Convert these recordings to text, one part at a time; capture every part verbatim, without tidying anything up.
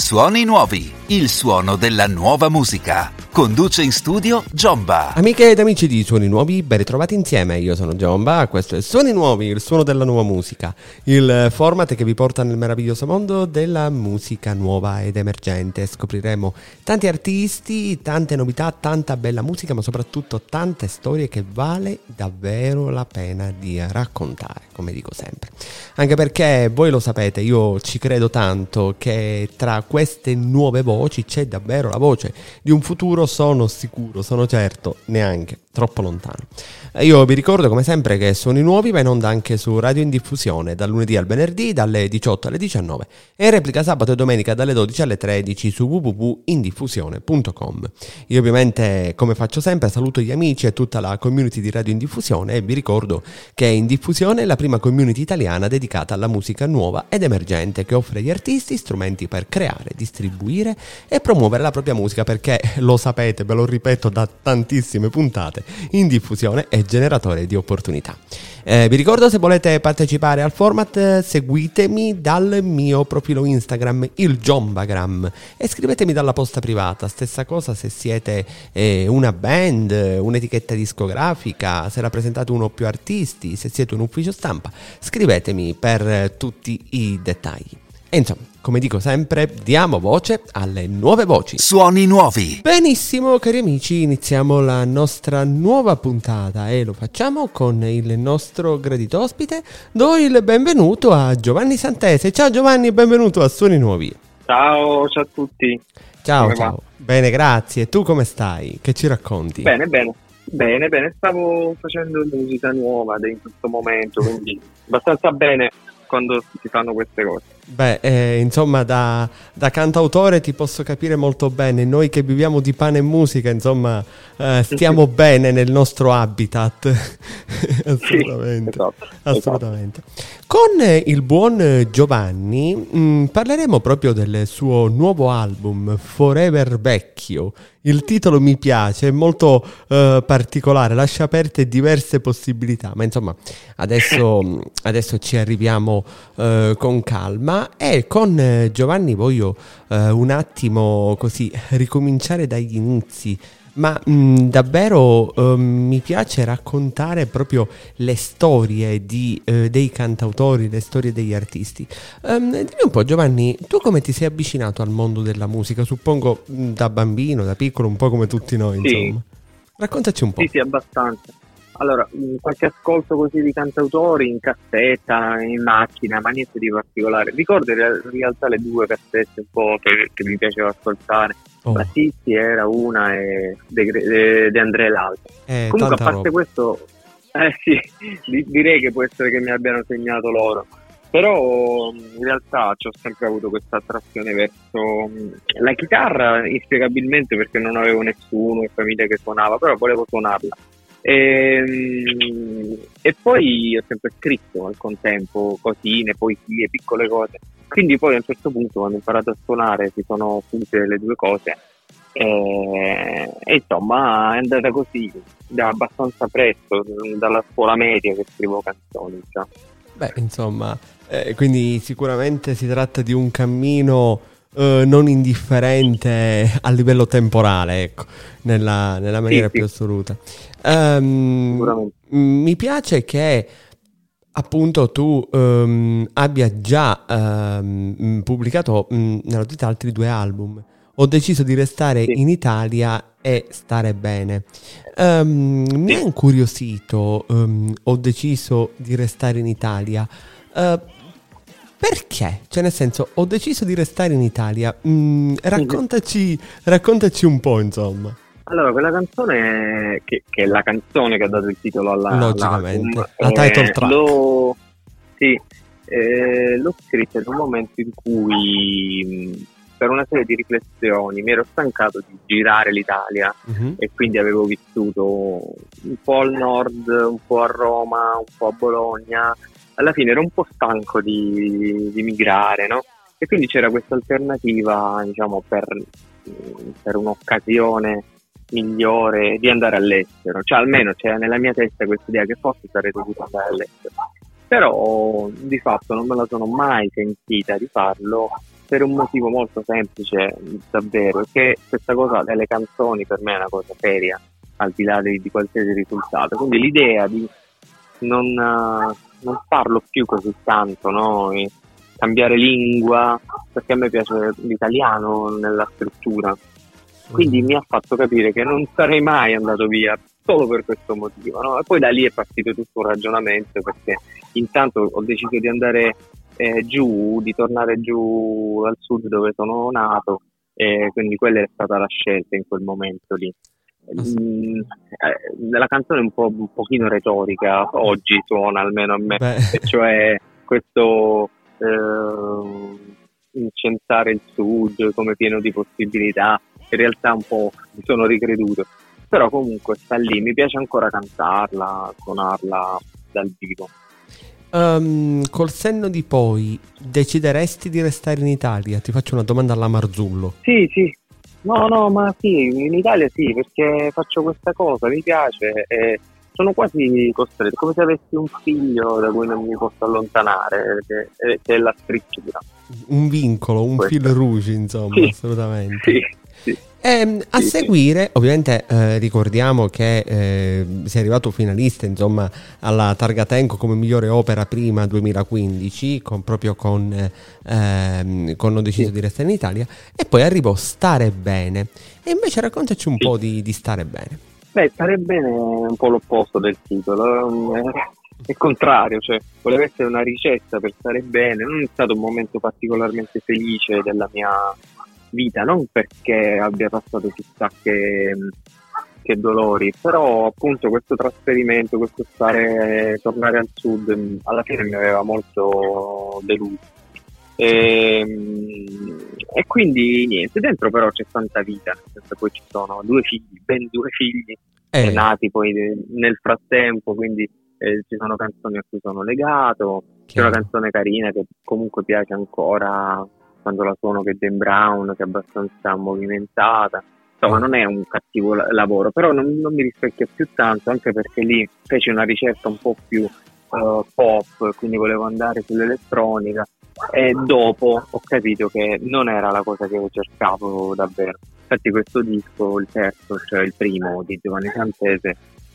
Suoni nuovi, il suono della nuova musica. Conduce in studio Giomba. Amiche ed amici di Suoni Nuovi, ben ritrovati insieme. Io sono Giomba, questo è Suoni Nuovi, il suono della nuova musica. Il format che vi porta nel meraviglioso mondo della musica nuova ed emergente. Scopriremo tanti artisti, tante novità, tanta bella musica, ma soprattutto tante storie che vale davvero la pena di raccontare, come dico sempre. Anche perché voi lo sapete, io ci credo tanto che tra queste nuove voci c'è davvero la voce di un futuro, sono sicuro, sono certo, neanche troppo lontano. Io vi ricordo come sempre che Suoni Nuovi va in onda anche su Radio in Diffusione dal lunedì al venerdì dalle diciotto alle diciannove e in replica sabato e domenica dalle dodici alle tredici su w w w punto indiffusione punto com. Io ovviamente, come faccio sempre, saluto gli amici e tutta la community di Radio in Diffusione e vi ricordo che In Diffusione è la prima community italiana dedicata alla musica nuova ed emergente che offre agli artisti strumenti per creare, distribuire e promuovere la propria musica, perché lo sapete, ve lo ripeto da tantissime puntate, In Diffusione è generatore di opportunità. Eh, vi ricordo, se volete partecipare al format, seguitemi dal mio profilo Instagram, il Giombagram, e scrivetemi dalla posta privata. Stessa cosa se siete eh, una band, un'etichetta discografica, se rappresentate uno o più artisti, se siete un ufficio stampa, scrivetemi per eh, tutti i dettagli. E insomma, come dico sempre, diamo voce alle nuove voci. Suoni nuovi. Benissimo, cari amici, iniziamo la nostra nuova puntata e lo facciamo con il nostro gradito ospite. Do il benvenuto a Giovanni Santese. Ciao Giovanni, benvenuto a Suoni Nuovi. Ciao, ciao a tutti. Ciao, come ciao. Va? Bene, grazie. Tu come stai? Che ci racconti? Bene, bene. Bene, bene. Stavo facendo musica nuova in questo momento, quindi abbastanza bene quando si fanno queste cose. Beh, eh, insomma, da, da cantautore ti posso capire molto bene. Noi che viviamo di pane e musica, insomma, eh, stiamo bene nel nostro habitat. Assolutamente. Sì, esatto, assolutamente. Esatto. Con eh, il buon Giovanni mh, parleremo proprio del suo nuovo album, Forever Vecchio. Il titolo mi piace, è molto eh, particolare, lascia aperte diverse possibilità, ma insomma adesso, adesso ci arriviamo eh, con calma. E con eh, Giovanni voglio eh, un attimo così ricominciare dagli inizi. Ma mh, davvero eh, mi piace raccontare proprio le storie di, eh, dei cantautori, le storie degli artisti. Um, dimmi un po', Giovanni, tu come ti sei avvicinato al mondo della musica? Suppongo mh, da bambino, da piccolo, un po' come tutti noi, sì. Insomma. Raccontaci un po'. Sì, sì, abbastanza. Allora, qualche ascolto così di cantautori in cassetta, in macchina, ma niente di particolare. Ricordo in realtà le due cassette un po' che, che mi piaceva ascoltare. Oh. Battisti era una e De, De, De André l'altra. Eh, Comunque, a parte roba. questo, eh sì, direi che può essere che mi abbiano segnato loro. Però in realtà ho sempre avuto questa attrazione verso la chitarra, inspiegabilmente, perché non avevo nessuno in famiglia che suonava, però volevo suonarla. E, e poi ho sempre scritto al contempo cosine, poesie, piccole cose. Quindi poi a un certo punto, quando ho imparato a suonare, si sono fuse le due cose e, e insomma è andata così da abbastanza presto, dalla scuola media che scrivo canzoni, cioè. Beh, insomma, eh, quindi sicuramente si tratta di un cammino eh, non indifferente a livello temporale, ecco, nella, nella maniera sì, più sì. assoluta. Um, mi piace che appunto tu um, abbia già um, pubblicato um, nella vita altri due album. Ho deciso di restare sì. in Italia e stare bene. Um, sì. Mi ha incuriosito, um, ho deciso di restare in Italia. Uh, perché? Cioè, nel senso, ho deciso di restare in Italia. Mm, raccontaci, raccontaci un po', insomma. Allora, quella canzone, che, che è la canzone che ha dato il titolo alla, logicamente, all'album, la title track. L'ho, sì, eh, l'ho scritta in un momento in cui, per una serie di riflessioni, mi ero stancato di girare l'Italia uh-huh. e quindi avevo vissuto un po' al nord, un po' a Roma, un po' a Bologna. Alla fine ero un po' stanco di, di migrare, no? E quindi c'era questa alternativa, diciamo, per, per un'occasione migliore di andare all'estero, cioè almeno c'era nella mia testa questa idea che forse sarei dovuto andare all'estero, però di fatto non me la sono mai sentita di farlo per un motivo molto semplice, davvero, che questa cosa delle canzoni per me è una cosa seria, al di là di, di qualsiasi risultato. Quindi l'idea di non, uh, non farlo più così tanto, no? E cambiare lingua, perché a me piace l'italiano nella scrittura, quindi mi ha fatto capire che non sarei mai andato via solo per questo motivo, no? E poi da lì è partito tutto un ragionamento, perché intanto ho deciso di andare eh, giù, di tornare giù al sud dove sono nato, e quindi quella è stata la scelta in quel momento lì. Mm, eh, la canzone è un po' un pochino retorica, oggi suona almeno a me, Beh. e cioè questo eh, incensare il sud come pieno di possibilità, in realtà un po' mi sono ricreduto, però comunque sta lì, mi piace ancora cantarla, suonarla dal vivo. Um, col senno di poi decideresti di restare in Italia? Ti faccio una domanda alla Marzullo. Sì, sì, no, no, ma sì, in Italia sì, perché faccio questa cosa, mi piace e sono quasi costretto, come se avessi un figlio da cui non mi posso allontanare, che, che è la scrittura. Un vincolo, un Questo. fil rouge, insomma, Sì, assolutamente. sì, sì. E, a Sì, seguire, sì. Ovviamente eh, ricordiamo che eh, sei arrivato finalista, insomma, alla Targatenco come migliore opera prima duemilaquindici, con, proprio con, eh, con Ho deciso Sì. di restare in Italia, e poi arrivò Stare Bene. E invece raccontaci un Sì. po' di, di Stare Bene. Beh, Stare Bene è un po' l'opposto del titolo, è il contrario, cioè voleva essere una ricetta per stare bene. Non è stato un momento particolarmente felice della mia vita, non perché abbia passato chissà che, che dolori, però appunto questo trasferimento, questo stare, tornare al sud alla fine mi aveva molto deluso. E, e quindi niente, dentro però c'è tanta vita, nel senso, poi ci sono due figli, ben due figli Eh. nati poi de- nel frattempo, quindi eh, ci sono canzoni a cui sono legato, c'è Chiaro. una canzone carina che comunque piace ancora quando la suono, che è Dan Brown, che è abbastanza movimentata, insomma non è un cattivo la- lavoro, però non, non mi rispecchia più tanto, anche perché lì feci una ricerca un po' più uh, pop, quindi volevo andare sull'elettronica, e dopo ho capito che non era la cosa che cercavo davvero. Infatti questo disco, il terzo, cioè il primo di Giovanni Santese,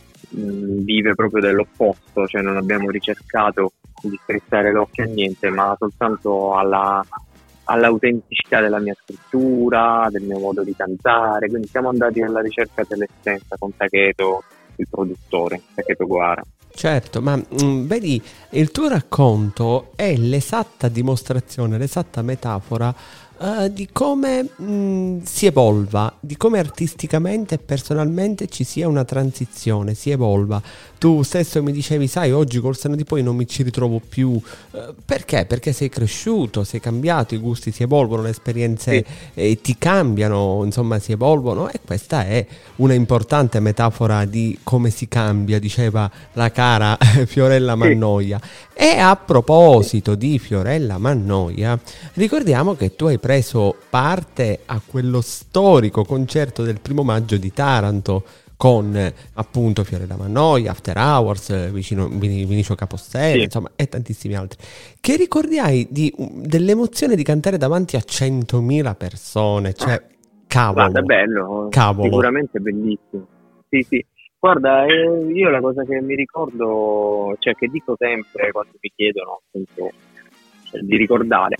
mh, vive proprio dell'opposto, cioè non abbiamo ricercato di strizzare l'occhio a niente, ma soltanto alla, all'autenticità della mia scrittura, del mio modo di cantare, quindi siamo andati alla ricerca dell'essenza con Taketo, il produttore, Taketo Guara. Certo, ma mh, vedi, il tuo racconto è l'esatta dimostrazione, l'esatta metafora eh, di come mh, si evolva, di come artisticamente e personalmente ci sia una transizione, si evolva. Tu stesso mi dicevi, sai, oggi col senno di poi non mi ci ritrovo più. Eh, perché? Perché sei cresciuto, sei cambiato, i gusti si evolvono, le esperienze Sì. eh, ti cambiano, insomma si evolvono, e questa è una importante metafora di come si cambia, diceva la cara Fiorella Mannoia. E a proposito di Fiorella Mannoia, ricordiamo che tu hai preso parte a quello storico concerto del primo maggio di Taranto con eh, appunto Fiorella Mannoia, After Hours, eh, vicino Vin- Vinicio Capossela, Sì. insomma, e tantissimi altri. Che ricordi hai di, dell'emozione di cantare davanti a centomila persone? Cioè, cavolo. Guarda, è bello, Cavolo. sicuramente bellissimo. Sì, sì. Guarda, eh, io la cosa che mi ricordo, cioè che dico sempre quando mi chiedono appunto cioè, di ricordare,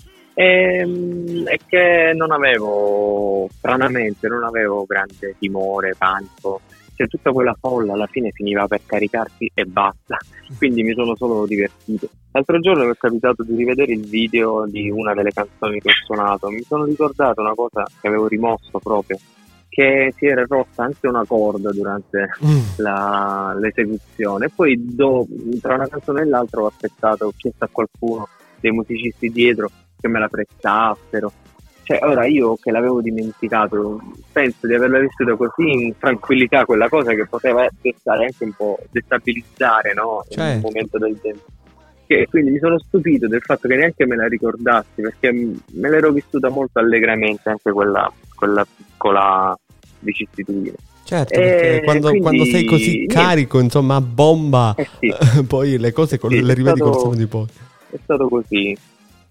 ehm, è che non avevo, stranamente, non avevo grande timore, panico. Cioè tutta quella folla alla fine finiva per caricarsi e basta, quindi mi sono solo divertito. L'altro giorno mi è capitato di rivedere il video di una delle canzoni che ho suonato, mi sono ricordato una cosa che avevo rimosso proprio, che si era rotta anche una corda durante Mm. la, l'esecuzione, e poi dopo, tra una canzone e l'altra ho aspettato, ho chiesto a qualcuno dei musicisti dietro che me la prestassero. Cioè, ora io che l'avevo dimenticato, penso di averla vissuta così in tranquillità, quella cosa che poteva stare anche un po' destabilizzare, no? In Certo. un momento del tempo. Che quindi mi sono stupito del fatto che neanche me la ricordassi, perché me l'ero vissuta molto allegramente anche quella, quella piccola vicissitudine. Certo, Eh, perché quando, quindi, quando sei così niente. carico, insomma, a bomba, Eh sì. poi le cose col- Sì, le è rivedi col stato- senno di poi. È stato così.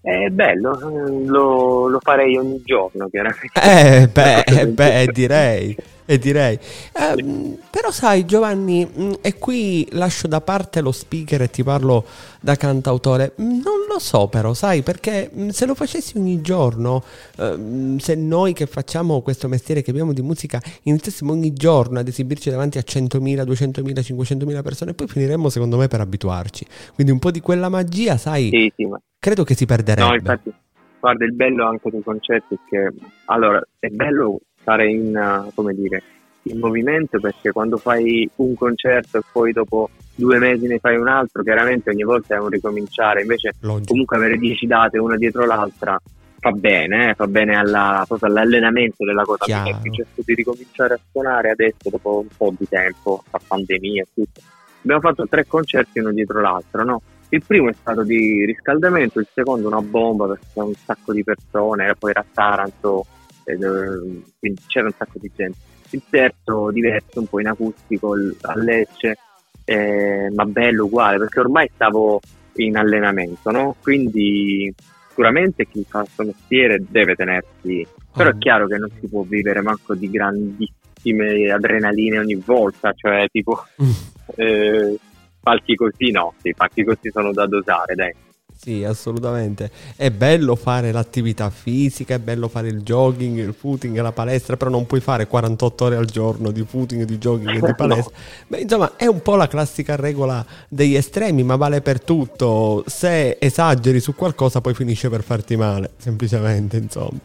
È bello, eh, lo, lo farei ogni giorno, chiaramente. Eh, beh, beh, direi, e direi. Eh, però sai, Giovanni, mh, e qui lascio da parte lo speaker e ti parlo da cantautore. Mh, Non lo so però, sai, perché mh, se lo facessi ogni giorno, eh, mh, se noi che facciamo questo mestiere che abbiamo di musica iniziassimo ogni giorno ad esibirci davanti a centomila, duecentomila, cinquecentomila persone, poi finiremmo secondo me per abituarci. Quindi un po' di quella magia, sai, Sì, sì, ma credo che si perderebbe. no, infatti, guarda, il bello anche dei concerti è che, allora, è bello stare in, eh, come dire, in movimento, perché quando fai un concerto e poi dopo due mesi ne fai un altro, chiaramente ogni volta è un ricominciare, invece Logico. comunque avere dieci date una dietro l'altra fa bene, eh, fa bene alla, proprio all'allenamento della cosa, Chiaro. perché è successo di ricominciare a suonare adesso dopo un po' di tempo, la pandemia e tutto. Abbiamo fatto tre concerti uno dietro l'altro, no? Il primo è stato di riscaldamento, il secondo una bomba perché c'era un sacco di persone, poi era a Taranto, ed, eh, quindi c'era un sacco di gente. Il terzo diverso, un po' in acustico il- a Lecce, eh, ma bello uguale, perché ormai stavo in allenamento, no? Quindi sicuramente chi fa questo mestiere deve tenersi, però è Oh. chiaro che non si può vivere manco di grandissime adrenaline ogni volta, cioè tipo Mm. eh, palchi così no, sì, palchi così sono da dosare, dai. Sì, assolutamente. È bello fare l'attività fisica, è bello fare il jogging, il footing, la palestra, però non puoi fare quarantotto ore al giorno di footing, di jogging e di palestra. Beh, insomma, è un po' la classica regola degli estremi, ma vale per tutto. Se esageri su qualcosa, poi finisce per farti male, semplicemente, insomma.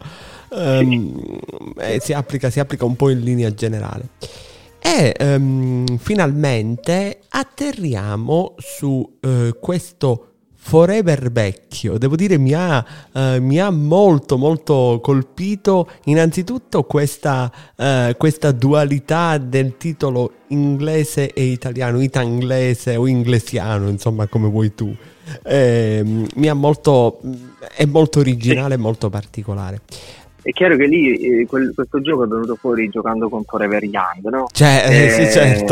Ehm, eh, si applica, si applica un po' in linea generale. E ehm, finalmente atterriamo su eh, questo Forever vecchio. Devo dire mi ha, eh, mi ha molto molto colpito innanzitutto questa, eh, questa dualità del titolo inglese e italiano, itanglese o inglesiano, insomma come vuoi tu. Eh, mi ha molto, è molto originale e molto particolare. È chiaro che lì eh, quel- questo gioco è venuto fuori giocando con Forever Young, no? Cioè, eh, sì, Eh, certo.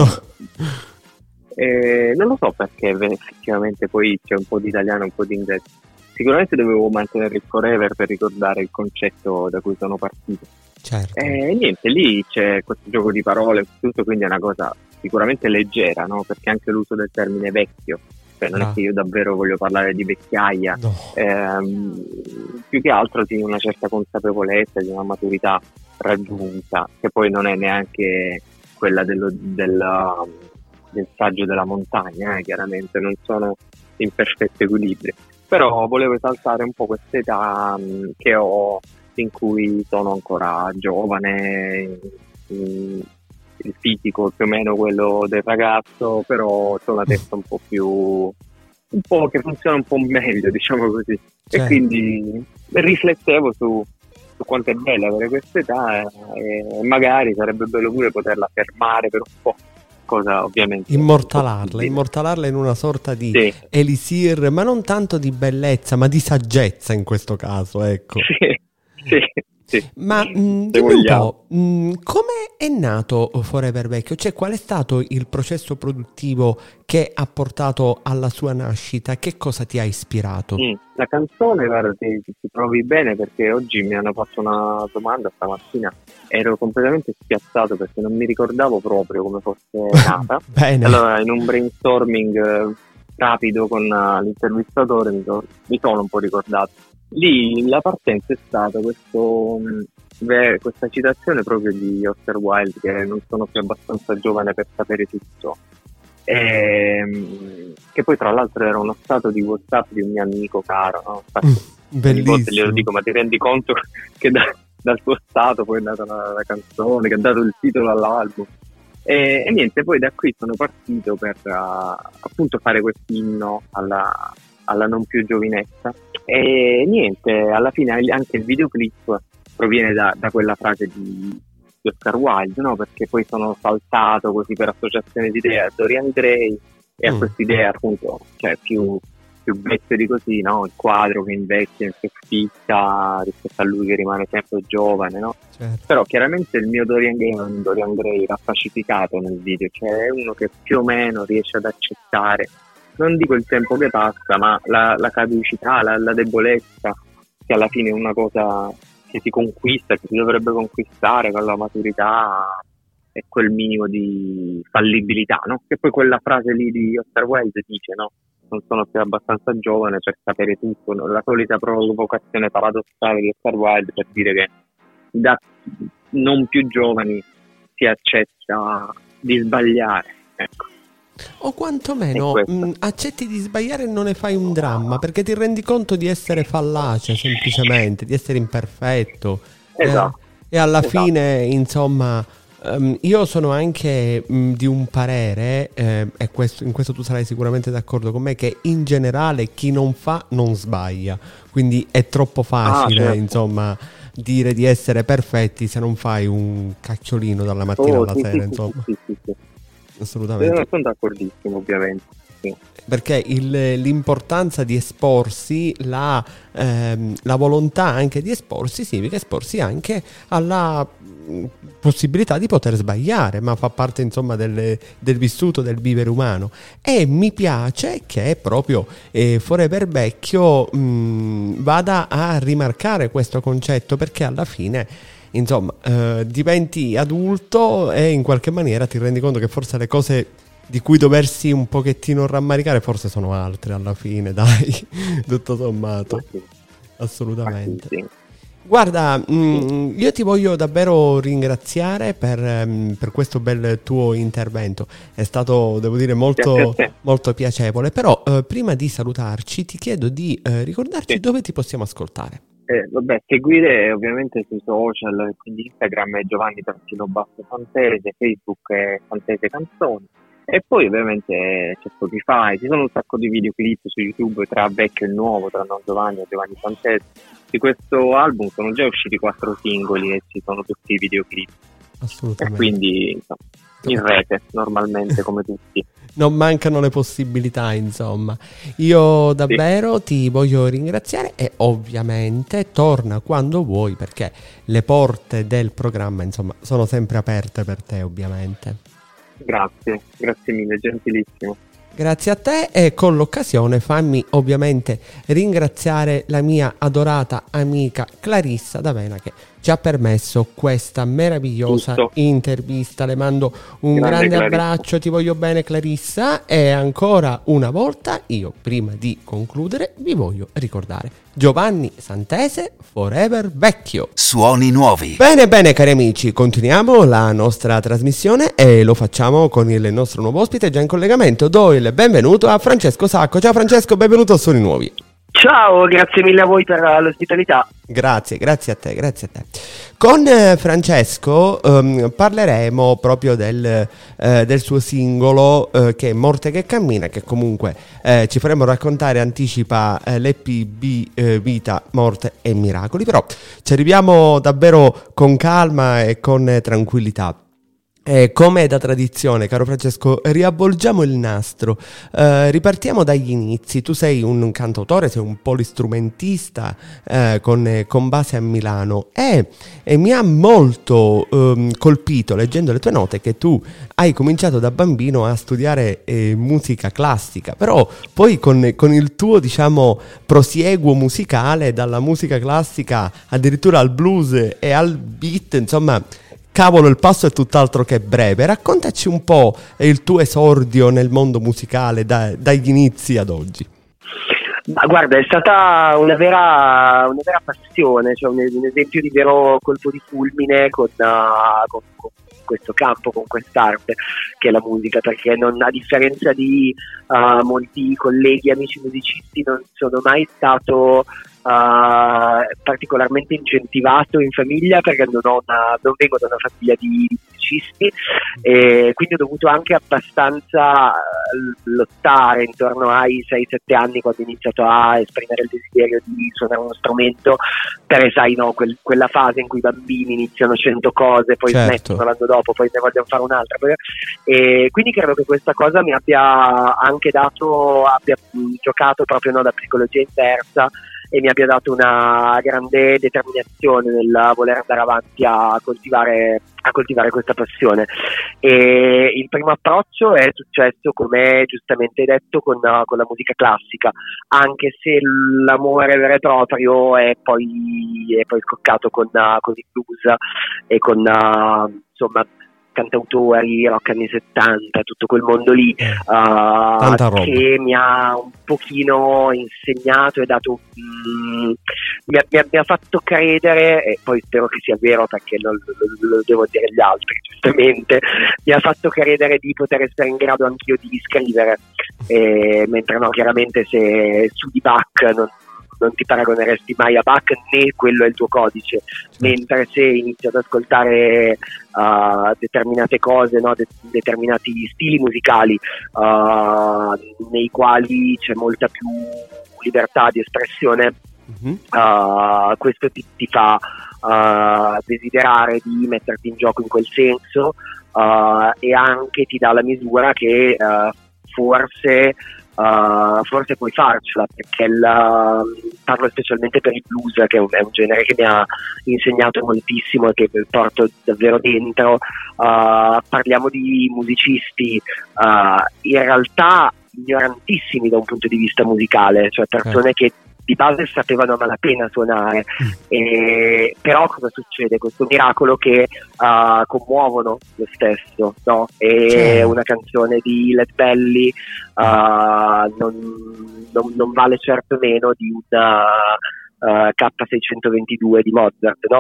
eh, non lo so perché beh, effettivamente poi c'è un po' di italiano e un po' di inglese. Sicuramente dovevo mantenere il Forever per ricordare il concetto da cui sono partito. Certo. E niente, lì c'è questo gioco di parole, tutto, quindi è una cosa sicuramente leggera, no? Perché anche l'uso del termine vecchio, cioè non Ah. è che io davvero voglio parlare di vecchiaia, No. ehm, più che altro di una certa consapevolezza, di una maturità raggiunta, che poi non è neanche quella dello, del, del saggio della montagna, eh, chiaramente non sono in perfetto equilibrio, però volevo esaltare un po' questa età mh, che ho, in cui sono ancora giovane, mh, il fisico più o meno quello del ragazzo, però ho la testa un po' più, un po' che funziona un po' meglio, diciamo così. Certo. E quindi riflettevo su, su quanto è bella avere questa età e magari sarebbe bello pure poterla fermare per un po', cosa ovviamente Immortalarla, impossibile. immortalarla in una sorta di Sì. elisir, ma non tanto di bellezza, ma di saggezza in questo caso, ecco. Sì, sì, sì. Ma mh, Se dimmi un vogliamo. po', mh, come è nato Forever Vecchio? Cioè, qual è stato il processo produttivo che ha portato alla sua nascita? Che cosa ti ha ispirato? Mm, La canzone, guarda, ti, ti trovi bene, perché oggi mi hanno fatto una domanda stamattina, ero completamente spiazzato perché non mi ricordavo proprio come fosse nata. Bene. Allora, in un brainstorming eh, rapido con eh, l'intervistatore mi, so- mi sono un po' ricordato. Lì la partenza è stata questo, mh, beh, questa citazione proprio di Oscar Wilde, che non sono più abbastanza giovane per sapere tutto. E, che poi tra l'altro era uno stato di WhatsApp di un mio amico caro, no? Infatti, Mm, ogni volta glielo bellissimo. dico, ma ti rendi conto che da- dal suo stato poi è nata la, la canzone, che ha dato il titolo all'album. E, e niente, poi da qui sono partito per uh, appunto fare quest'inno alla, alla non più giovinezza. E niente, alla fine anche il videoclip proviene da, da quella frase di, di Oscar Wilde, no? Perché poi sono saltato così per associazione di idee a Dorian Gray e a Mm. quest'idea appunto, cioè più, più vecchio di così, no? Il quadro che invecchia, che spicca rispetto a lui che rimane sempre giovane, no? Certo. Però chiaramente il mio Dorian Gray è un Dorian Gray raffacificato nel video, cioè è uno che più o meno riesce ad accettare non dico il tempo che passa, ma la, la caducità, la, la debolezza, che alla fine è una cosa che si conquista, che si dovrebbe conquistare con la maturità e quel minimo di fallibilità, no? Che poi quella frase lì di Oscar Wilde dice, no? Non sono più abbastanza giovane per sapere tutto, no? La solita provocazione paradossale di Oscar Wilde per dire che da non più giovani si accetta di sbagliare, ecco. O quantomeno mh, accetti di sbagliare e non ne fai un dramma, perché ti rendi conto di essere fallace semplicemente, di essere imperfetto. Esatto. Eh, e alla esatto. fine, insomma, um, io sono anche mh, di un parere, eh, e questo, in questo tu sarai sicuramente d'accordo con me, che in generale chi non fa non sbaglia. Quindi è troppo facile, ah, certo. insomma, dire di essere perfetti se non fai un cacciolino dalla mattina oh, alla sì, sera, sì, insomma. Sì, sì, sì. Assolutamente. Eh, sono d'accordissimo, ovviamente. Sì. Perché il, l'importanza di esporsi, la, ehm, la volontà anche di esporsi, significa esporsi anche alla mh, possibilità di poter sbagliare, ma fa parte insomma del, del vissuto, del vivere umano. E mi piace che proprio eh, Forever Vecchio mh, vada a rimarcare questo concetto, perché alla fine, insomma, eh, diventi adulto e in qualche maniera ti rendi conto che forse le cose di cui doversi un pochettino rammaricare forse sono altre alla fine, dai, tutto sommato. Sì. Assolutamente. Sì, sì. Guarda, mh, io ti voglio davvero ringraziare per, um, per questo bel tuo intervento. È stato, devo dire, molto, molto piacevole. Però uh, prima di salutarci ti chiedo di uh, ricordarci sì. dove ti possiamo ascoltare. Eh, vabbè, seguire ovviamente sui social, quindi Instagram è Giovanni Trattino Basso Fantese, Facebook è Fantese Canzoni, e poi ovviamente c'è Spotify, ci sono un sacco di videoclip su YouTube tra vecchio e nuovo, tra Non Giovanni e Giovanni Fantese. Di questo album sono già usciti quattro singoli e ci sono tutti i videoclip. Assolutamente. E quindi insomma, in rete normalmente come tutti. Non mancano le possibilità, insomma. Io davvero sì. ti voglio ringraziare e ovviamente torna quando vuoi, perché le porte del programma, insomma, sono sempre aperte per te, ovviamente. Grazie, grazie mille, gentilissimo. Grazie a te, e con l'occasione fammi ovviamente ringraziare la mia adorata amica Clarissa D'Avena, che ci ha permesso questa meravigliosa Giusto. intervista. Le mando un grande, grande abbraccio, ti voglio bene Clarissa, e ancora una volta io, prima di concludere, vi voglio ricordare Giovanni Santese, Forever Vecchio. Suoni nuovi. Bene, bene cari amici, continuiamo la nostra trasmissione e lo facciamo con il nostro nuovo ospite già in collegamento. Do il benvenuto a Francesco Sacco. Ciao Francesco, benvenuto a Suoni Nuovi. Ciao, grazie mille a voi per l'ospitalità. Grazie, grazie a te, grazie a te. Con eh, Francesco um, parleremo proprio del, eh, del suo singolo eh, che è Morte che cammina, che comunque eh, ci faremo raccontare, anticipa eh, l'E P B eh, Vita, Morte e Miracoli, però ci arriviamo davvero con calma e con eh, tranquillità. Eh, come è da tradizione, caro Francesco, riavvolgiamo il nastro, eh, ripartiamo dagli inizi. Tu sei un cantautore, sei un polistrumentista eh, con, con base a Milano e, e mi ha molto eh, colpito, leggendo le tue note, che tu hai cominciato da bambino a studiare eh, musica classica, però poi con, con il tuo, diciamo, prosieguo musicale, dalla musica classica addirittura al blues e al beat, insomma, cavolo, il passo è tutt'altro che breve. Raccontaci un po' il tuo esordio nel mondo musicale da, dagli inizi ad oggi. Ma guarda, è stata una vera, una vera passione, cioè un, un esempio di vero colpo di fulmine con, uh, con, con questo campo, con quest'arte che è la musica, perché non, a differenza di uh, molti colleghi, amici musicisti, non sono mai stato Uh, particolarmente incentivato in famiglia, perché non, ho una, non vengo da una famiglia di musicisti, e quindi ho dovuto anche abbastanza lottare intorno ai sei sette anni, quando ho iniziato a esprimere il desiderio di suonare uno strumento, per sai no, quel, quella fase in cui i bambini iniziano cento cose, poi certo. smettono l'anno dopo, poi ne vogliono fare un'altra, e quindi credo che questa cosa mi abbia anche dato, abbia giocato proprio no, da psicologia inversa, e mi abbia dato una grande determinazione nel voler andare avanti a coltivare, a coltivare questa passione. E il primo approccio è successo, come giustamente detto, con, con la musica classica, anche se l'amore vero e proprio è poi, è poi scoccato con, con il blues e con insomma cantautori, rock anni settanta, tutto quel mondo lì, uh, che mi ha un pochino insegnato e dato mm, mi, ha, mi, ha, mi ha fatto credere, e poi spero che sia vero perché lo, lo, lo devo dire agli altri giustamente, mi ha fatto credere di poter essere in grado anch'io di scrivere, eh, mentre no, chiaramente se su di Bach non non ti paragoneresti mai a Bach, né quello è il tuo codice, mentre se inizi ad ascoltare uh, determinate cose, no? De- determinati stili musicali uh, nei quali c'è molta più libertà di espressione, mm-hmm. uh, questo ti, ti fa uh, desiderare di metterti in gioco in quel senso, uh, e anche ti dà la misura che uh, forse Uh, forse puoi farcela, perché la, parlo specialmente per il blues, che è un, è un genere che mi ha insegnato moltissimo e che porto davvero dentro. Uh, parliamo di musicisti uh, in realtà ignorantissimi da un punto di vista musicale, cioè persone che di base sapevano a malapena suonare, mm. e, però cosa succede? Questo miracolo che uh, commuovono lo stesso, no? E cioè. Una canzone di Led Belly uh, non, non, non vale certo meno di una uh, K seicentoventidue di Mozart, no?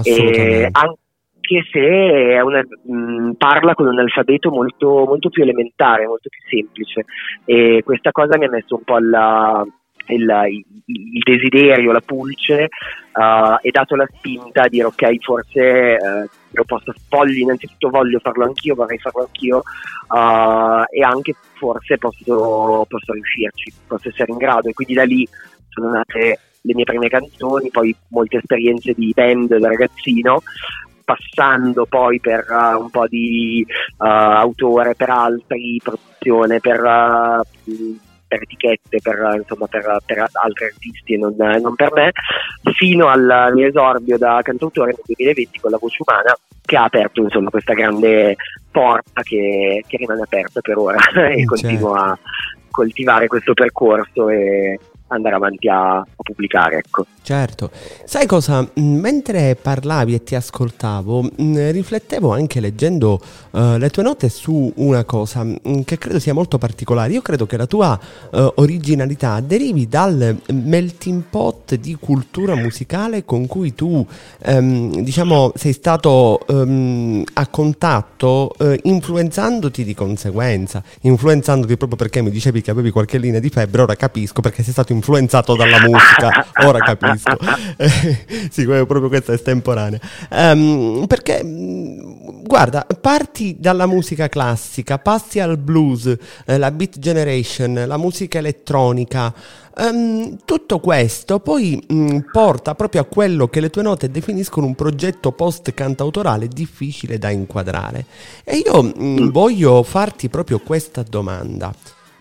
E anche se è una, mh, parla con un alfabeto molto, molto più elementare, molto più semplice, e questa cosa mi ha messo un po' alla Il, il, il desiderio, la pulce, uh, e dato la spinta a dire ok, forse uh, lo posso, voglio, innanzitutto voglio farlo anch'io, vorrei farlo anch'io, uh, e anche forse posso, posso riuscirci, posso essere in grado, e quindi da lì sono nate le mie prime canzoni, poi molte esperienze di band da ragazzino, passando poi per uh, un po' di uh, autore per altri, produzione per uh, per etichette, per, insomma, per, per altri artisti e non, non per me, fino al mio esordio da cantautore nel duemilaventi con La Voce Umana, che ha aperto insomma questa grande porta che, che rimane aperta per ora e continuo a coltivare questo percorso e andare avanti a, a pubblicare, ecco. Certo. Sai cosa? Mentre parlavi e ti ascoltavo, mh, riflettevo anche leggendo uh, le tue note su una cosa mh, che credo sia molto particolare. Io credo che la tua uh, originalità derivi dal melting pot di cultura musicale con cui tu, um, diciamo, sei stato um, a contatto, uh, influenzandoti di conseguenza, influenzandoti proprio perché mi dicevi che avevi qualche linea di febbre. Ora capisco perché sei stato influenzato dalla musica, ora capisco. Eh, sì, proprio questa è estemporanea. Um, perché, guarda, parti dalla musica classica, passi al blues, eh, la beat generation, la musica elettronica. Um, tutto questo poi mh, porta proprio a quello che le tue note definiscono un progetto post-cantautorale difficile da inquadrare. E io mh, voglio farti proprio questa domanda.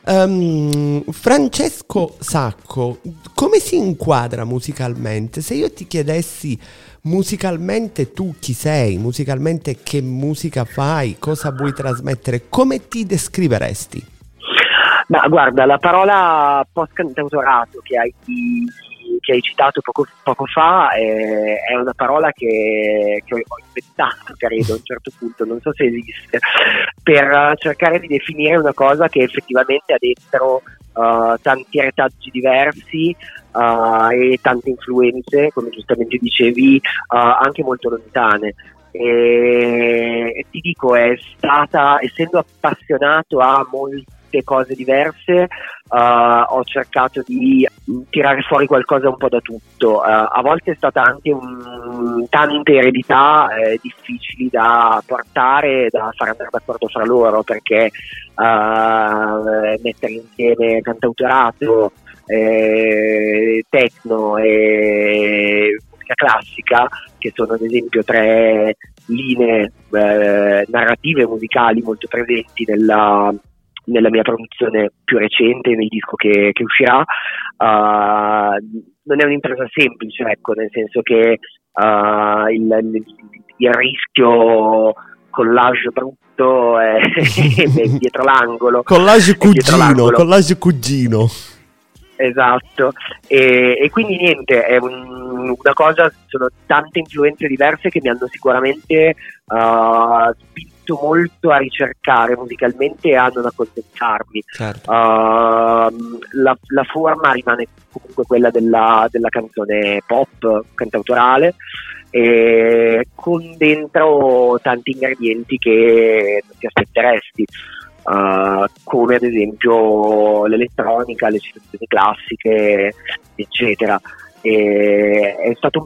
Um, Francesco Sacco, come si inquadra musicalmente? Se io ti chiedessi musicalmente tu chi sei, musicalmente che musica fai, cosa vuoi trasmettere, come ti descriveresti? Ma guarda, la parola post-cantautorato che hai, che hai citato poco, poco fa è, è una parola che, che ho inventato, credo, a un certo punto, non so se esiste, per cercare di definire una cosa che effettivamente ha dentro uh, tanti retaggi diversi uh, e tante influenze, come giustamente dicevi, uh, anche molto lontane. E ti dico, è stata, essendo appassionato a molti cose diverse, uh, ho cercato di tirare fuori qualcosa un po' da tutto. Uh, a volte è stata anche un, tante eredità eh, difficili da portare, da far andare d'accordo fra loro, perché uh, mettere insieme cantautorato, eh, techno e musica classica, che sono ad esempio tre linee eh, narrative musicali molto presenti nella nella mia produzione più recente, nel disco che, che uscirà. Uh, non è un'impresa semplice, ecco, nel senso che uh, il, il, il rischio collage brutto è, è dietro l'angolo. Collage cugino, dietro l'angolo. collage cugino. Esatto, e, e quindi niente, è un, una cosa, sono tante influenze diverse che mi hanno sicuramente uh, spinto molto a ricercare musicalmente e a non accontentarmi. Certo. Uh, la, la forma rimane comunque quella della, della canzone pop, cantautorale, e con dentro tanti ingredienti che non ti aspetteresti. Uh, come ad esempio l'elettronica, le citazioni classiche, eccetera. E è stato un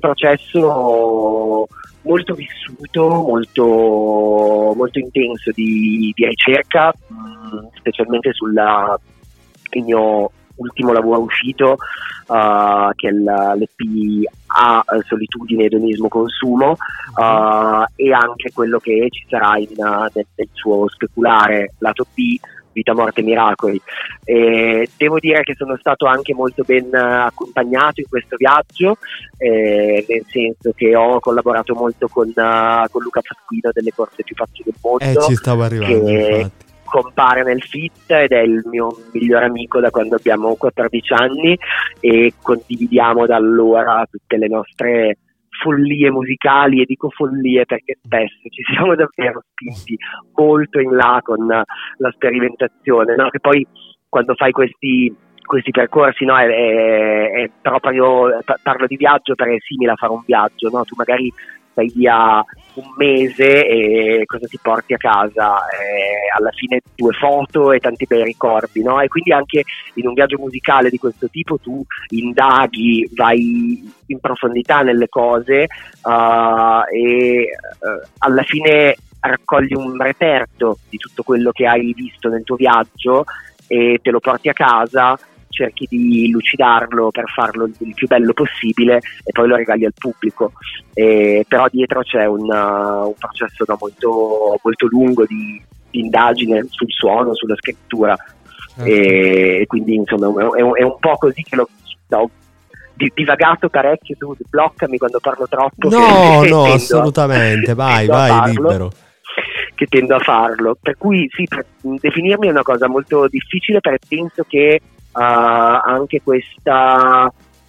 processo molto vissuto, molto, molto intenso di, di ricerca, mh, specialmente sulla il mio ultimo lavoro uscito, uh, che è l'E P A Solitudine, Edonismo, Consumo, uh, e anche quello che ci sarà in, nel, nel suo speculare lato B, Vita, Morte, Miracoli. E devo dire che sono stato anche molto ben accompagnato in questo viaggio, eh, nel senso che ho collaborato molto con, uh, con Luca Pasquino delle Corse più facili del mondo, Eh, ci stavo arrivando, che infatti. compare nel feat ed è il mio migliore amico da quando abbiamo quattordici anni, e condividiamo da allora tutte le nostre follie musicali, e dico follie perché spesso ci siamo davvero spinti molto in là con la sperimentazione, no? Che poi quando fai questi questi percorsi, no, è, è, è proprio, parlo di viaggio perché è simile a fare un viaggio, no? Tu magari stai via un mese e cosa ti porti a casa? Eh, alla fine due foto e tanti bei ricordi, no? E quindi anche in un viaggio musicale di questo tipo tu indaghi, vai in profondità nelle cose, uh, e uh, alla fine raccogli un reperto di tutto quello che hai visto nel tuo viaggio e te lo porti a casa, cerchi di lucidarlo per farlo il più bello possibile e poi lo regali al pubblico. Eh, però dietro c'è un, uh, un processo no, molto, molto lungo di, di indagine sul suono, sulla scrittura, certo. E quindi insomma è un, è un po' così che l'ho no, divagato parecchio su bloccami quando parlo troppo. No, che, no, che assolutamente, tendo, vai, tendo vai, libero. Che tendo a farlo, per cui sì, per definirmi è una cosa molto difficile, perché penso che Uh, anche questa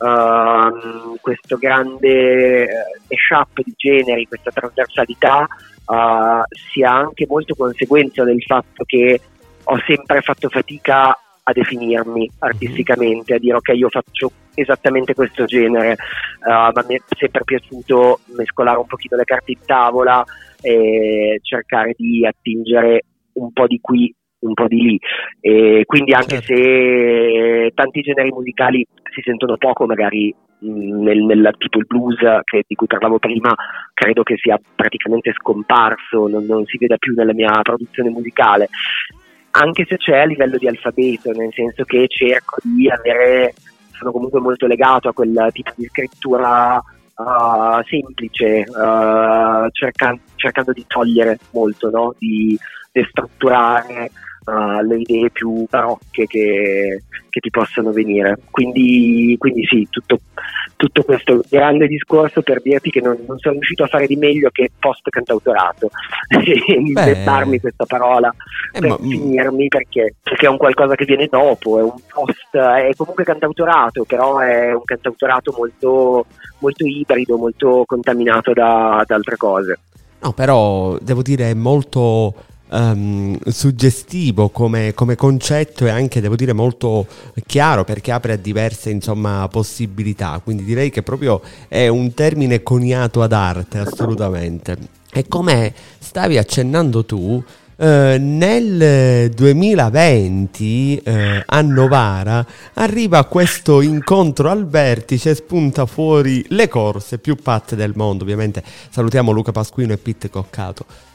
uh, questo grande mashup di generi, questa trasversalità uh, sia anche molto conseguenza del fatto che ho sempre fatto fatica a definirmi artisticamente, a dire ok, io faccio esattamente questo genere, uh, ma mi è sempre piaciuto mescolare un pochino le carte in tavola e cercare di attingere un po' di qui, un po' di lì, e quindi anche certo. Se tanti generi musicali si sentono poco magari nel, nel tipo il blues che, di cui parlavo prima, credo che sia praticamente scomparso, non, non si veda più nella mia produzione musicale, anche se c'è a livello di alfabeto, nel senso che cerco di avere, sono comunque molto legato a quel tipo di scrittura uh, semplice, uh, cercando, cercando di togliere molto, no? Di destrutturare Uh, le idee più barocche che, che ti possono venire, quindi, quindi sì, tutto, tutto questo grande discorso per dirti che non, non sono riuscito a fare di meglio che post cantautorato e inventarmi questa parola eh, per ma... finirmi, perché, perché è un qualcosa che viene dopo, è un post, è comunque cantautorato, però è un cantautorato molto, molto ibrido, molto contaminato da, da altre cose. No, però devo dire è molto Um, suggestivo come, come concetto, e anche devo dire molto chiaro, perché apre a diverse insomma possibilità, quindi direi che proprio è un termine coniato ad arte, assolutamente. E come stavi accennando tu, eh, nel duemilaventi eh, a Novara arriva questo incontro al vertice, spunta fuori le corse più patte del mondo. Ovviamente salutiamo Luca Pasquino e Pete Coccato.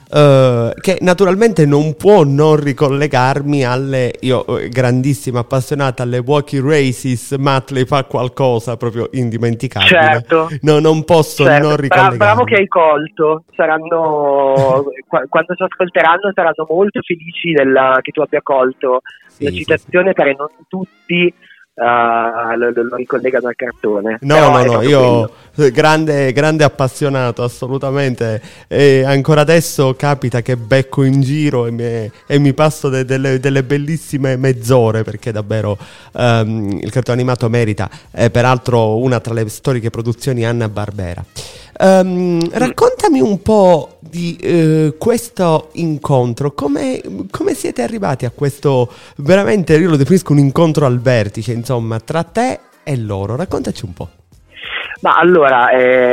Uh, che naturalmente non può non ricollegarmi alle, io grandissima appassionata alle Walkie Races, Mötley fa qualcosa proprio indimenticabile. Certo. No, non posso certo. non ricollegarmi. Bravo che hai colto, saranno quando ci ascolteranno saranno molto felici della, che tu abbia colto sì, la citazione, sì, sì. Perché non tutti Uh, lo, lo ricollegano al cartone. No, Però no, no, io grande, grande appassionato, assolutamente. E ancora adesso capita che becco in giro e mi, e mi passo de, delle, delle bellissime mezz'ore, perché davvero um, il cartone animato merita. È peraltro una tra le storiche produzioni Hanna-Barbera. Um, raccontami un po' di uh, questo incontro, come, come siete arrivati a questo, veramente io lo definisco un incontro al vertice, insomma, tra te e loro, raccontaci un po'. Ma allora,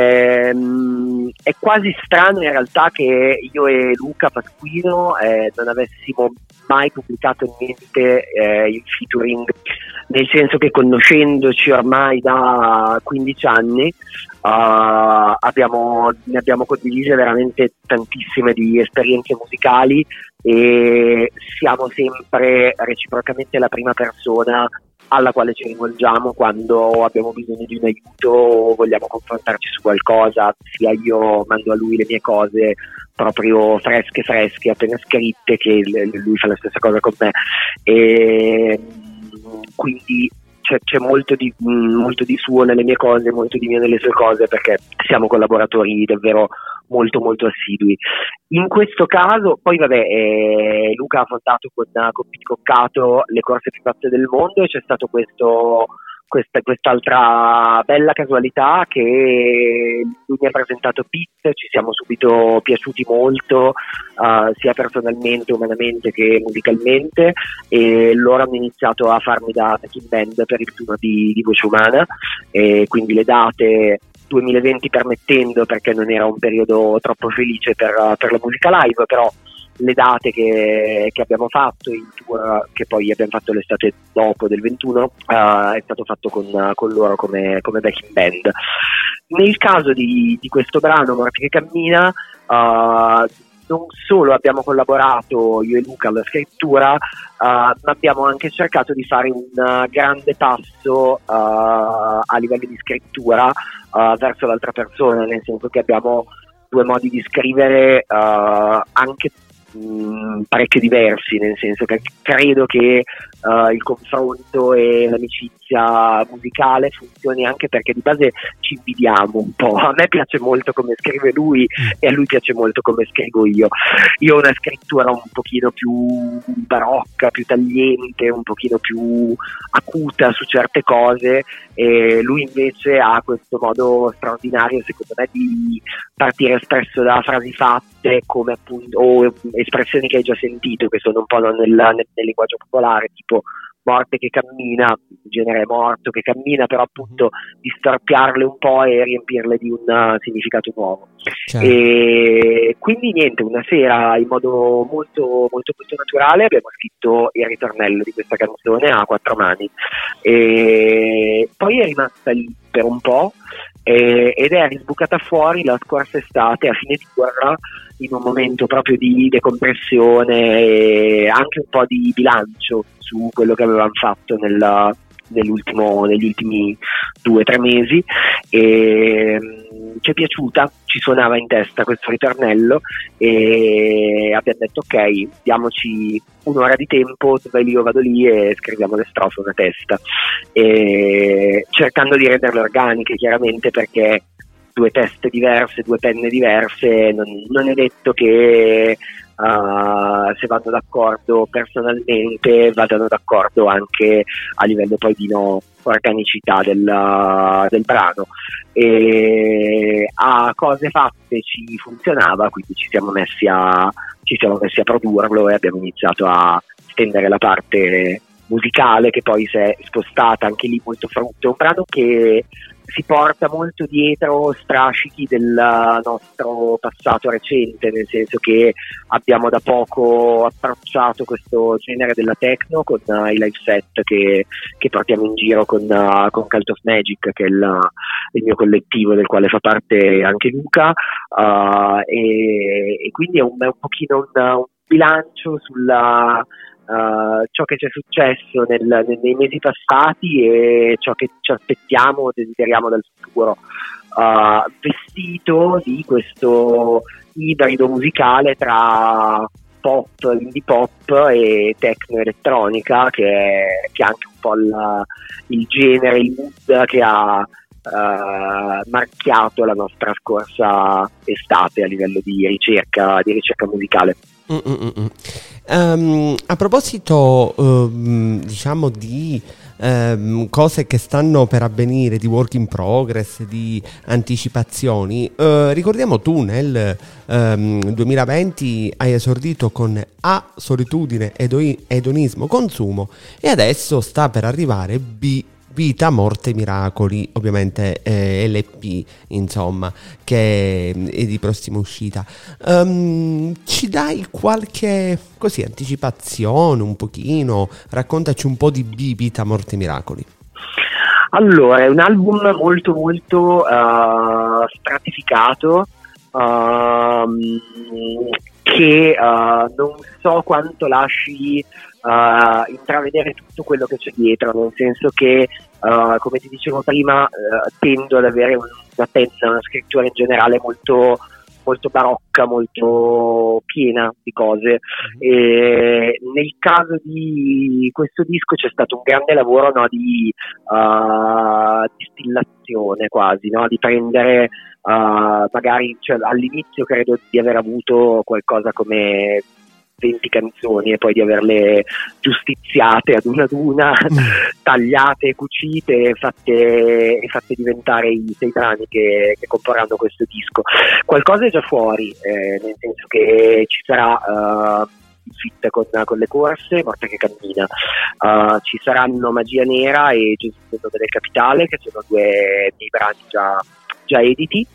ehm, è quasi strano in realtà che io e Luca Pasquino eh, non avessimo mai pubblicato niente eh, in featuring, nel senso che conoscendoci ormai da quindici anni uh, abbiamo, ne abbiamo condivise veramente tantissime di esperienze musicali e siamo sempre reciprocamente la prima persona alla quale ci rivolgiamo quando abbiamo bisogno di un aiuto o vogliamo confrontarci su qualcosa, sia io mando a lui le mie cose proprio fresche fresche appena scritte, che lui fa la stessa cosa con me, e quindi c'è, c'è molto di molto di suo nelle mie cose, molto di mio nelle sue cose, perché siamo collaboratori davvero molto molto assidui. In questo caso poi vabbè eh, Luca ha fondato con, con Pete Coccato le corse più pazze del mondo e c'è stato questo questa, quest'altra bella casualità che lui mi ha presentato Pete, ci siamo subito piaciuti molto uh, sia personalmente, umanamente che musicalmente, e loro hanno iniziato a farmi da backing band per il turno di, di Voce Umana, e quindi le date duemilaventi permettendo, perché non era un periodo troppo felice per, per la musica live, però le date che, che abbiamo fatto, il tour che poi abbiamo fatto l'estate dopo del ventuno, uh, è stato fatto con, con loro come, come backing band. Nel caso di, di questo brano Morte che cammina, uh, non solo abbiamo collaborato io e Luca alla scrittura, uh, ma abbiamo anche cercato di fare un uh, grande passo uh, a livello di scrittura uh, verso l'altra persona, nel senso che abbiamo due modi di scrivere uh, anche mh, parecchio diversi, nel senso che credo che uh, il confronto e l'amicizia musicale funzioni anche perché di base ci invidiamo un po'. A me piace molto come scrive lui e a lui piace molto come scrivo io. Io ho una scrittura un pochino più barocca, più tagliente, un pochino più acuta su certe cose, e lui invece ha questo modo straordinario secondo me di partire spesso da frasi fatte come appunto o espressioni che hai già sentito, che sono un po' nel, nel, nel linguaggio popolare, tipo morte che cammina, in genere morto che cammina, però appunto di storpiarle un po' e riempirle di un uh, significato nuovo. Certo. E quindi niente, una sera in modo molto molto molto naturale abbiamo scritto il ritornello di questa canzone a quattro mani, e poi è rimasta lì per un po' e, ed è risbucata fuori la scorsa estate a fine di guerra, in un momento proprio di decompressione e anche un po' di bilancio su quello che avevamo fatto nella, nell'ultimo, negli ultimi due o tre mesi, e um, ci è piaciuta, ci suonava in testa questo ritornello e abbiamo detto ok, diamoci un'ora di tempo, tu vai lì, io vado lì e scriviamo le strofe una testa, e cercando di renderle organiche chiaramente, perché due teste diverse, due penne diverse, non, non è detto che uh, se vanno d'accordo personalmente vadano d'accordo anche a livello poi di no organicità del, del brano, e a cose fatte ci funzionava, quindi ci siamo messi a ci siamo messi a produrlo e abbiamo iniziato a stendere la parte musicale, che poi si è spostata anche lì molto frutto. È un brano che si porta molto dietro strascichi del nostro passato recente, nel senso che abbiamo da poco approcciato questo genere della techno con uh, i live set che, che portiamo in giro con, uh, con Cult of Magic, che è il, il mio collettivo del quale fa parte anche Luca, uh, e, e quindi è un, è un pochino un, un bilancio sulla Uh, ciò che ci è successo nel, nel, nei mesi passati e ciò che ci aspettiamo o desideriamo dal futuro, uh, vestito di questo ibrido musicale tra pop, indie pop e techno elettronica, che è, che è anche un po' il, il genere, il mood che ha uh, marchiato la nostra scorsa estate a livello di ricerca, di ricerca musicale. Mm-mm-mm. Um, a proposito um, diciamo di um, cose che stanno per avvenire, di work in progress, di anticipazioni, uh, ricordiamo tu nel um, duemilaventi hai esordito con A, Solitudine, Edo- Edonismo, Consumo, e adesso sta per arrivare B, Vita, Morte, Miracoli, ovviamente eh, L P, insomma, che è di prossima uscita. Um, ci dai qualche così anticipazione, un pochino? Raccontaci un po' di B, Vita, Morte, Miracoli. Allora, è un album molto molto uh, stratificato, uh, che uh, non so quanto lasci uh, intravedere tutto quello che c'è dietro, nel senso che uh, come ti dicevo prima uh, tendo ad avere una penna, una scrittura in generale molto molto barocca, molto piena di cose, e nel caso di questo disco c'è stato un grande lavoro, no, di uh, distillazione quasi, no, di prendere uh, magari, cioè, all'inizio credo di aver avuto qualcosa come venti canzoni e poi di averle giustiziate ad una ad una, mm. tagliate, cucite e fatte, e fatte diventare i sei brani che, che comporranno questo disco. Qualcosa è già fuori, eh, nel senso che ci sarà uh, il fit con, con le corse, Morte che cammina, uh, ci saranno Magia Nera e Gesù nel nome del capitale, che sono due dei brani già, già editi,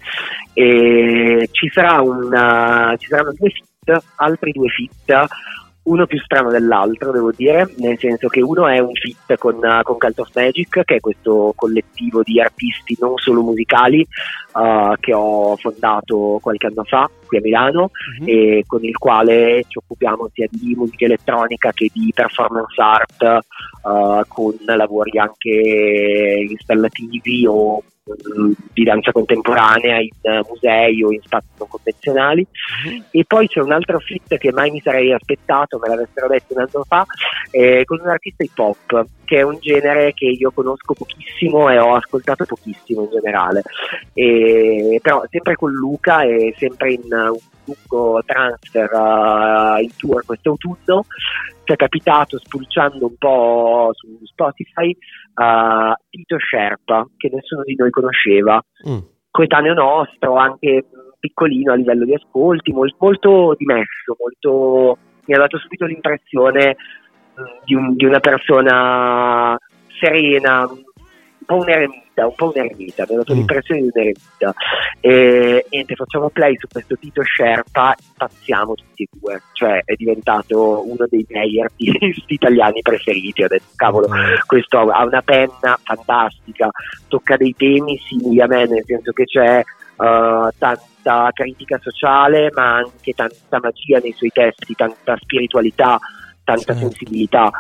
e ci sarà una, ci saranno due fit, altri due fit, uno più strano dell'altro, devo dire, nel senso che uno è un fit con, con Cult of Magic, che è questo collettivo di artisti non solo musicali uh, che ho fondato qualche anno fa qui a Milano, mm-hmm. e con il quale ci occupiamo sia di musica elettronica che di performance art, uh, con lavori anche installativi o di danza contemporanea in musei o in spazi non convenzionali. Mm-hmm. E poi c'è un altro fit che mai mi sarei aspettato, me l'avessero detto un anno fa, eh, con un artista hip hop, che è un genere che io conosco pochissimo e ho ascoltato pochissimo in generale, e, però sempre con Luca e sempre in un lungo transfer uh, in tour quest'autunno ci è capitato, spulciando un po' su Spotify, uh, Tito Sherpa, che nessuno di noi conosceva, mm. coetaneo nostro, anche piccolino a livello di ascolti, molto, molto dimesso, molto, mi ha dato subito l'impressione mh, di, un, di una persona serena, un po' un eremita, un po' un eremita, mi ha dato mm. l'impressione di un eremita. E niente, facciamo play su questo Tito Sherpa, passiamo tutti e due, cioè è diventato uno dei miei artisti italiani preferiti. Ho detto, cavolo, mm. questo ha una penna fantastica, tocca dei temi simili a me, nel senso che c'è Uh, tanta critica sociale, ma anche tanta magia nei suoi testi, tanta spiritualità, tanta certo. sensibilità,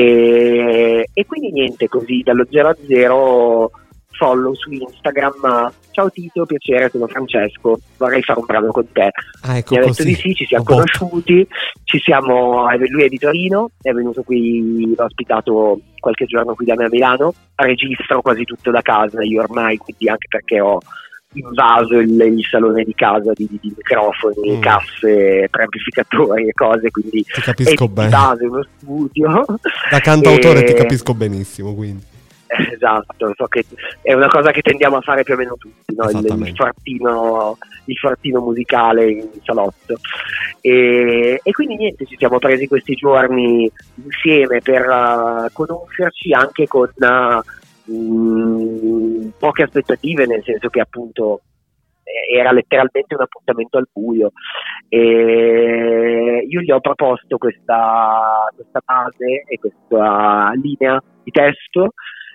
e, e quindi niente, così dallo zero a zero follow su Instagram. Ciao Tito, piacere, sono Francesco, vorrei fare un brano con te. Ah, ecco, mi ha detto così. di sì, ci siamo oh, conosciuti, ci siamo, lui è di Torino, è venuto qui, l'ho ospitato qualche giorno qui da me a Milano, registro quasi tutto da casa io ormai, quindi anche perché ho invaso il, il salone di casa di, di, di microfoni, mm. casse, preamplificatori e cose, quindi ti capisco è bene. di base uno studio. Da cantautore e... ti capisco benissimo, quindi. Esatto, so che è una cosa che tendiamo a fare più o meno tutti, no? il, il, fortino, il fortino musicale in salotto, e, e quindi niente, ci siamo presi questi giorni insieme per uh, conoscerci anche con uh, mh, poche aspettative, nel senso che appunto era letteralmente un appuntamento al buio, e io gli ho proposto questa, questa base e questa linea di testo,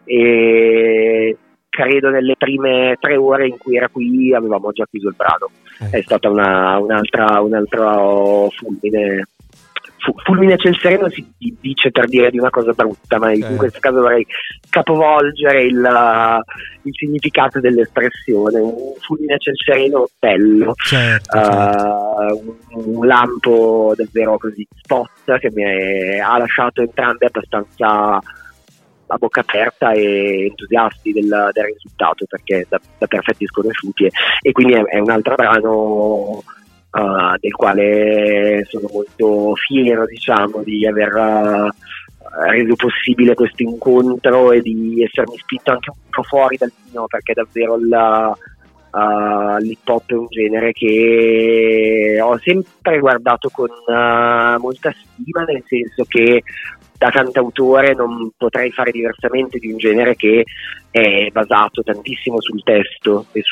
e credo nelle prime tre ore in cui era qui avevamo già chiuso il brano. È stata una, un'altra, un altro fulmine. Fulmine a ciel sereno si dice per dire di una cosa brutta, ma in questo caso vorrei capovolgere il, il significato dell'espressione. Un fulmine a ciel sereno bello, certo, uh, certo. Un, un lampo davvero così spot che mi è, ha lasciato entrambi abbastanza a bocca aperta e entusiasti del, del risultato, perché da, da perfetti sconosciuti, e, e quindi è, è un altro brano Uh, del quale sono molto fiero, diciamo, di aver uh, reso possibile questo incontro e di essermi spinto anche un po' fuori dal mio, perché davvero la, uh, l'hip hop è un genere che ho sempre guardato con uh, molta stima, nel senso che da cantautore non potrei fare diversamente di un genere che è basato tantissimo sul testo e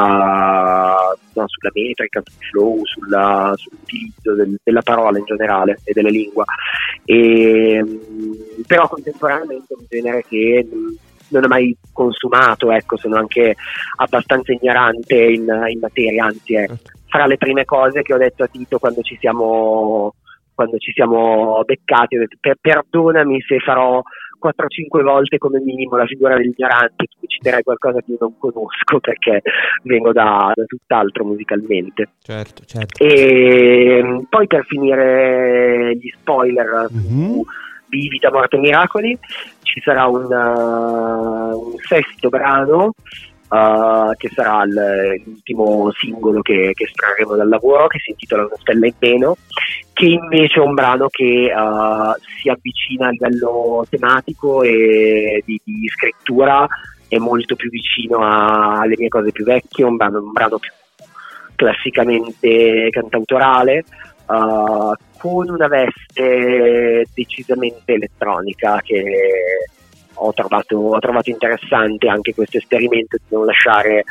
sulla, no, sulla metrica, sul flow, sulla, sull'utilizzo del, della parola in generale e della lingua, e, però contemporaneamente è un genere che non ho mai consumato, ecco, sono anche abbastanza ignorante in, in materia, anzi è fra le prime cose che ho detto a Tito quando ci siamo quando ci siamo beccati, ho detto per, perdonami se farò quattro cinque volte come minimo la figura dell'ignorante, tu citerai qualcosa che io non conosco perché vengo da, da tutt'altro musicalmente. Certo, certo. E poi per finire gli spoiler mm-hmm. su Di Vita, Morte e Miracoli, ci sarà un, uh, un sesto brano Uh, che sarà il, l'ultimo singolo che, che estrarremo dal lavoro, che si intitola Una stella in meno, che invece è un brano che uh, si avvicina a livello tematico e di, di scrittura, è molto più vicino a, alle mie cose più vecchie, un brano, un brano più classicamente cantautorale, uh, con una veste decisamente elettronica che Ho trovato, ho trovato interessante anche questo esperimento di non lasciare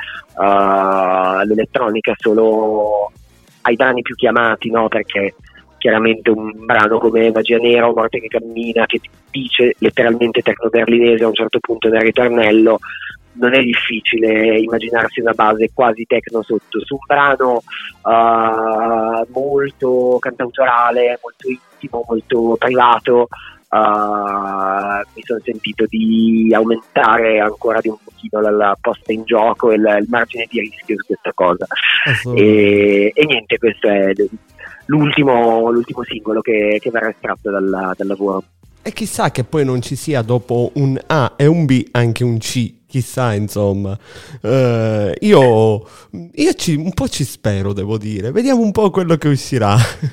uh, l'elettronica solo ai brani più chiamati, no? Perché chiaramente un brano come Magia Nera o Morte che cammina, che dice letteralmente techno berlinese a un certo punto nel ritornello, non è difficile immaginarsi una base quasi techno sotto. Su un brano uh, molto cantautorale, molto intimo, molto privato, Uh, mi sono sentito di aumentare ancora di un pochino la, la posta in gioco e il, il margine di rischio su questa cosa, e, e niente, questo è l'ultimo, l'ultimo singolo che, che verrà estratto dal, dal lavoro. E chissà che poi non ci sia dopo un A e un B anche un C, chissà, insomma. Uh, io io ci, un po' ci spero, devo dire. Vediamo un po' quello che uscirà.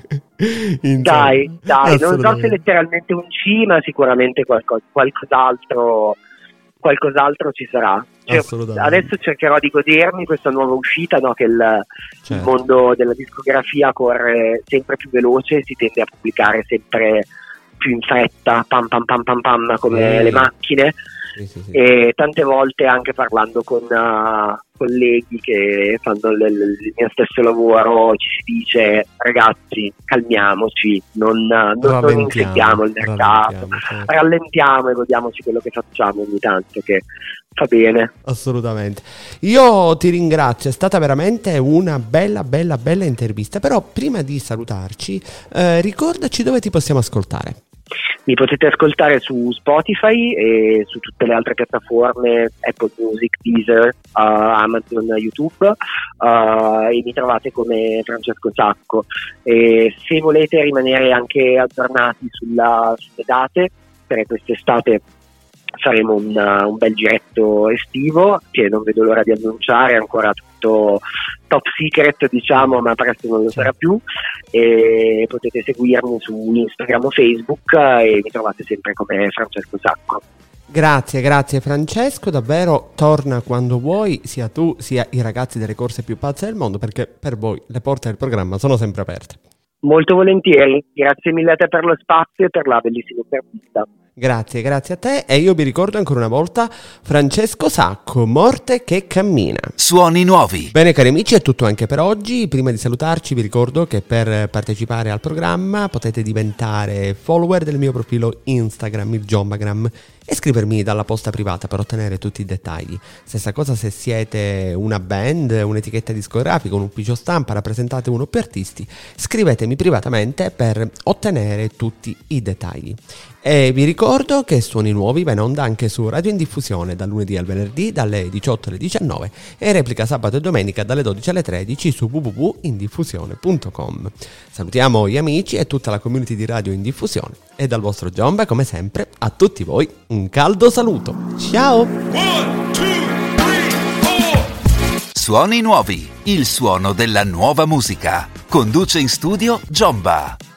dai, dai, non so se letteralmente un C, ma sicuramente qualcosa, qualcos'altro, qualcos'altro ci sarà. Cioè, adesso cercherò di godermi questa nuova uscita, no? Che il, certo. il mondo della discografia corre sempre più veloce, si tende a pubblicare sempre più in fretta, pam pam pam pam pam, come mm. le macchine. Sì, sì, sì. E tante volte anche parlando con uh, colleghi che fanno l- l- il mio stesso lavoro ci si dice: ragazzi, calmiamoci, non, uh, non, non inseguiamo il mercato, rallentiamo, certo. rallentiamo e godiamoci quello che facciamo ogni tanto, che fa bene. Assolutamente. Io ti ringrazio, è stata veramente una bella bella bella intervista, però prima di salutarci eh, ricordaci dove ti possiamo ascoltare. Mi potete ascoltare su Spotify e su tutte le altre piattaforme, Apple Music, Deezer, uh, Amazon, YouTube, uh, e mi trovate come Francesco Sacco. E se volete rimanere anche aggiornati sulla, sulle date, per quest'estate faremo un, uh, un bel giretto estivo che non vedo l'ora di annunciare, ancora tutto top secret, diciamo, ma presto non lo sarà più, e potete seguirmi su Instagram o Facebook e mi trovate sempre come Francesco Sacco. Grazie, grazie Francesco, davvero torna quando vuoi, sia tu sia i ragazzi delle corse più pazze del mondo, perché per voi le porte del programma sono sempre aperte. Molto volentieri, grazie mille a te per lo spazio e per la bellissima intervista. Grazie, grazie a te. E io vi ricordo ancora una volta Francesco Sacco, Morte che cammina. Suoni nuovi. Bene cari amici, è tutto anche per oggi. Prima di salutarci vi ricordo che per partecipare al programma potete diventare follower del mio profilo Instagram, il Jombagram, e scrivermi dalla posta privata per ottenere tutti i dettagli. Stessa cosa se siete una band, un'etichetta discografica, un ufficio stampa, rappresentate uno o più artisti, scrivetemi privatamente per ottenere tutti i dettagli. E vi ricordo che Suoni Nuovi va in onda anche su Radio in Diffusione dal lunedì al venerdì dalle diciotto alle diciannove e replica sabato e domenica dalle dodici alle tredici su w w w punto indiffusione punto com. Salutiamo gli amici e tutta la community di Radio in Diffusione e dal vostro Giomba, come sempre, a tutti voi un caldo saluto. Ciao! One, two, three, four. Suoni Nuovi, il suono della nuova musica. Conduce in studio Giomba.